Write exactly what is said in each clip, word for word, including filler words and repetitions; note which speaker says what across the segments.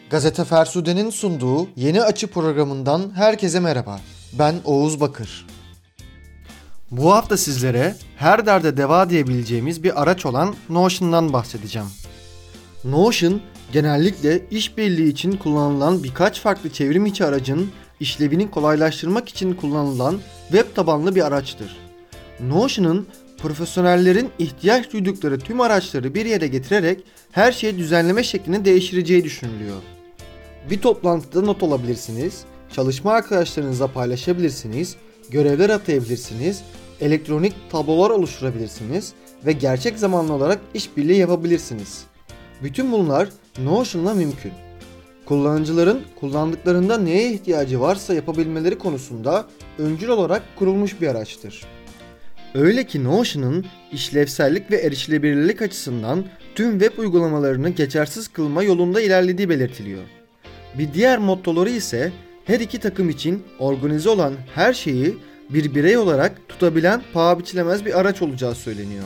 Speaker 1: Gazete Fersude'nin sunduğu Yeni Açı programından herkese merhaba. Ben Oğuz Bakır. Bu hafta sizlere her derde deva diyebileceğimiz bir araç olan Notion'dan bahsedeceğim. Notion, genellikle işbirliği için kullanılan birkaç farklı çevrim içi aracın işlevini kolaylaştırmak için kullanılan web tabanlı bir araçtır. Notion'ın profesyonellerin ihtiyaç duydukları tüm araçları bir yere getirerek her şeyi düzenleme şeklini değiştireceği düşünülüyor. Bir toplantıda not alabilirsiniz, çalışma arkadaşlarınızla paylaşabilirsiniz, görevler atayabilirsiniz, elektronik tablolar oluşturabilirsiniz ve gerçek zamanlı olarak işbirliği yapabilirsiniz. Bütün bunlar Notion'la mümkün. Kullanıcıların kullandıklarında neye ihtiyacı varsa yapabilmeleri konusunda öncül olarak kurulmuş bir araçtır. Öyle ki Notion'ın işlevsellik ve erişilebilirlik açısından tüm web uygulamalarını geçersiz kılma yolunda ilerlediği belirtiliyor. Bir diğer mottoları ise her iki takım için organize olan her şeyi bir birey olarak tutabilen paha biçilemez bir araç olacağı söyleniyor.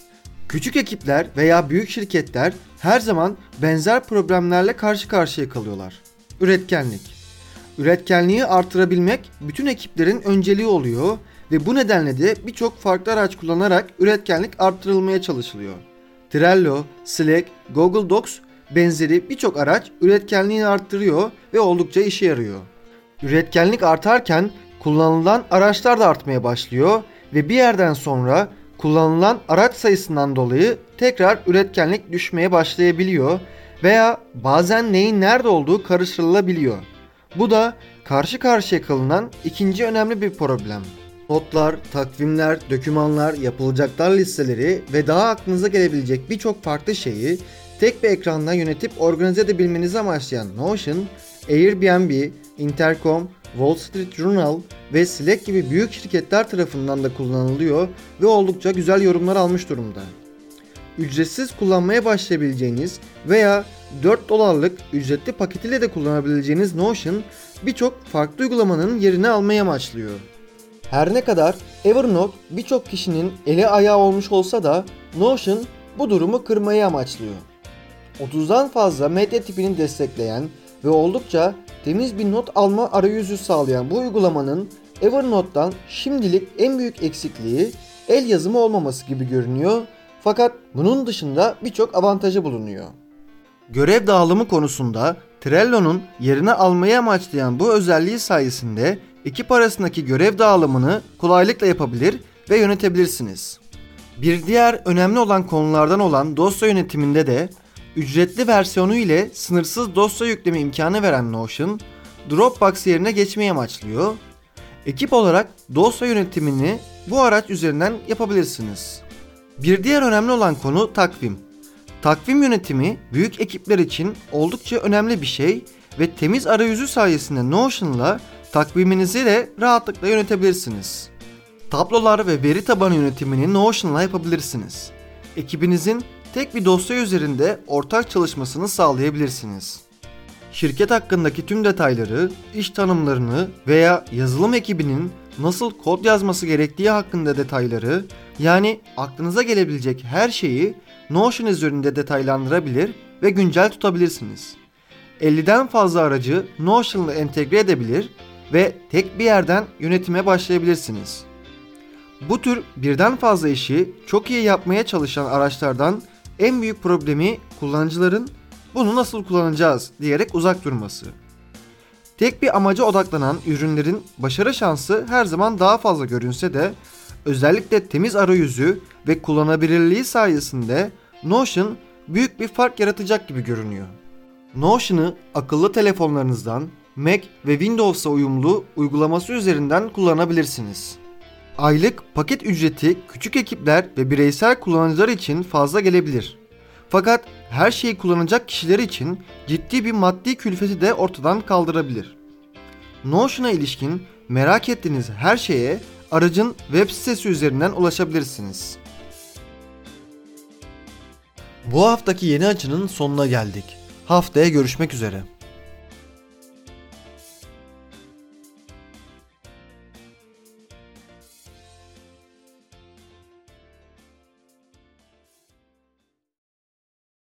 Speaker 1: Küçük ekipler veya büyük şirketler her zaman benzer problemlerle karşı karşıya kalıyorlar. Üretkenlik. Üretkenliği artırabilmek bütün ekiplerin önceliği oluyor ve bu nedenle de birçok farklı araç kullanarak üretkenlik artırılmaya çalışılıyor. Trello, Slack, Google Docs benzeri birçok araç üretkenliği arttırıyor ve oldukça işe yarıyor. Üretkenlik artarken kullanılan araçlar da artmaya başlıyor ve bir yerden sonra kullanılan araç sayısından dolayı tekrar üretkenlik düşmeye başlayabiliyor veya bazen neyin nerede olduğu karıştırılabiliyor. Bu da karşı karşıya kalınan ikinci önemli bir problem. Notlar, takvimler, dokümanlar, yapılacaklar listeleri ve daha aklınıza gelebilecek birçok farklı şeyi tek bir ekranda yönetip organize edebilmenizi amaçlayan Notion, Airbnb, Intercom, Wall Street Journal ve Slack gibi büyük şirketler tarafından da kullanılıyor ve oldukça güzel yorumlar almış durumda. Ücretsiz kullanmaya başlayabileceğiniz veya dört dolarlık ücretli paketiyle de kullanabileceğiniz Notion birçok farklı uygulamanın yerini almayı amaçlıyor. Her ne kadar Evernote birçok kişinin eli ayağı olmuş olsa da Notion bu durumu kırmayı amaçlıyor. otuzdan fazla medya tipini destekleyen ve oldukça temiz bir not alma arayüzü sağlayan bu uygulamanın Evernote'dan şimdilik en büyük eksikliği el yazımı olmaması gibi görünüyor, fakat bunun dışında birçok avantajı bulunuyor. Görev dağılımı konusunda Trello'nun yerini almayı amaçlayan bu özelliği sayesinde ekip arasındaki görev dağılımını kolaylıkla yapabilir ve yönetebilirsiniz. Bir diğer önemli olan konulardan olan dosya yönetiminde de ücretli versiyonu ile sınırsız dosya yükleme imkanı veren Notion, Dropbox yerine geçmeyi amaçlıyor. Ekip olarak dosya yönetimini bu araç üzerinden yapabilirsiniz. Bir diğer önemli olan konu takvim. Takvim yönetimi büyük ekipler için oldukça önemli bir şey ve temiz arayüzü sayesinde Notion'la takviminizi de rahatlıkla yönetebilirsiniz. Tablolar ve veri tabanı yönetimini Notion'la yapabilirsiniz. Ekibinizin tek bir dosya üzerinde ortak çalışmasını sağlayabilirsiniz. Şirket hakkındaki tüm detayları, iş tanımlarını veya yazılım ekibinin nasıl kod yazması gerektiği hakkında detayları, yani aklınıza gelebilecek her şeyi Notion üzerinde detaylandırabilir ve güncel tutabilirsiniz. elliden fazla aracı Notion'la entegre edebilir ve tek bir yerden yönetime başlayabilirsiniz. Bu tür birden fazla işi çok iyi yapmaya çalışan araçlardan en büyük problemi kullanıcıların bunu nasıl kullanacağız diyerek uzak durması. Tek bir amaca odaklanan ürünlerin başarı şansı her zaman daha fazla görünse de özellikle temiz arayüzü ve kullanılabilirliği sayesinde Notion büyük bir fark yaratacak gibi görünüyor. Notion'ı akıllı telefonlarınızdan Mac ve Windows'a uyumlu uygulaması üzerinden kullanabilirsiniz. Aylık paket ücreti küçük ekipler ve bireysel kullanıcılar için fazla gelebilir. Fakat her şeyi kullanacak kişiler için ciddi bir maddi külfeti de ortadan kaldırabilir. Notion'a ilişkin merak ettiğiniz her şeye aracın web sitesi üzerinden ulaşabilirsiniz. Bu haftaki Yeni Açı'nın sonuna geldik. Haftaya görüşmek üzere.